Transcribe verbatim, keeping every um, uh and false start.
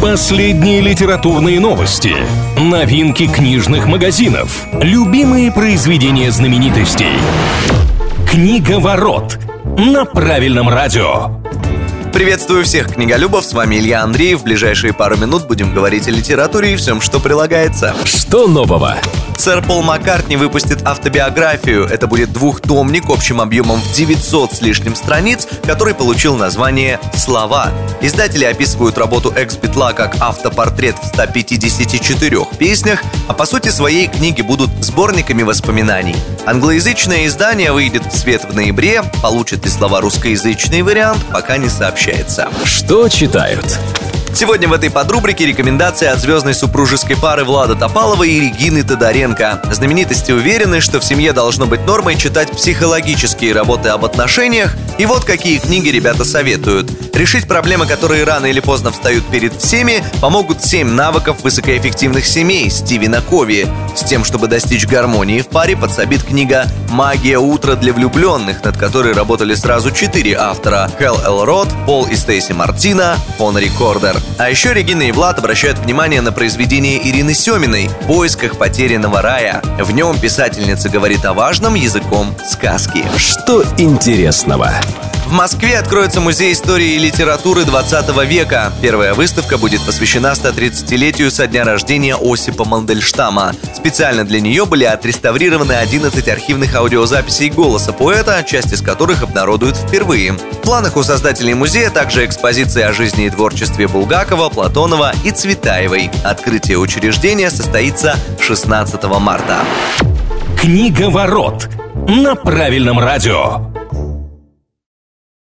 Последние литературные новости, новинки книжных магазинов, любимые произведения знаменитостей. Книговорот на правильном радио. Приветствую всех книголюбов, с вами Илья Андреев. В ближайшие пару минут будем говорить о литературе и всем, что прилагается. Что нового? Сэр Пол Маккартни выпустит автобиографию. Это будет двухтомник общим объемом в девятьсот с лишним страниц, который получил название «Слова». Издатели описывают работу экс-битла как автопортрет в ста пятидесяти четырёх песнях, а по сути своей книги будут сборниками воспоминаний. Англоязычное издание выйдет в свет в ноябре. Получит ли слова русскоязычный вариант, пока не сообщается. Что читают? Сегодня в этой подрубрике рекомендации от звездной супружеской пары Влада Топалова и Регины Тодоренко. Знаменитости уверены, что в семье должно быть нормой читать психологические работы об отношениях. И вот какие книги ребята советуют. Решить проблемы, которые рано или поздно встают перед всеми, помогут семь навыков высокоэффективных семей Стивена Кови. С тем, чтобы достичь гармонии в паре, подсобит книга «Магия утра для влюбленных», над которой работали сразу четыре автора: Хэл Элрод, Пол и Стейси Мартина, Фон Рикордер. А еще Регина и Влад обращают внимание на произведение Ирины Семиной «В поисках потерянного рая». В нем писательница говорит о важном языком сказки. Что интересного? В Москве откроется музей истории и литературы двадцатого века. Первая выставка будет посвящена ста тридцатилетию со дня рождения Осипа Мандельштама. Специально для нее были отреставрированы одиннадцать архивных аудиозаписей голоса поэта, часть из которых обнародуют впервые. В планах у создателей музея также экспозиции о жизни и творчестве Булгакова, Платонова и Цветаевой. Открытие учреждения состоится шестнадцатого марта. Книговорот на правильном радио.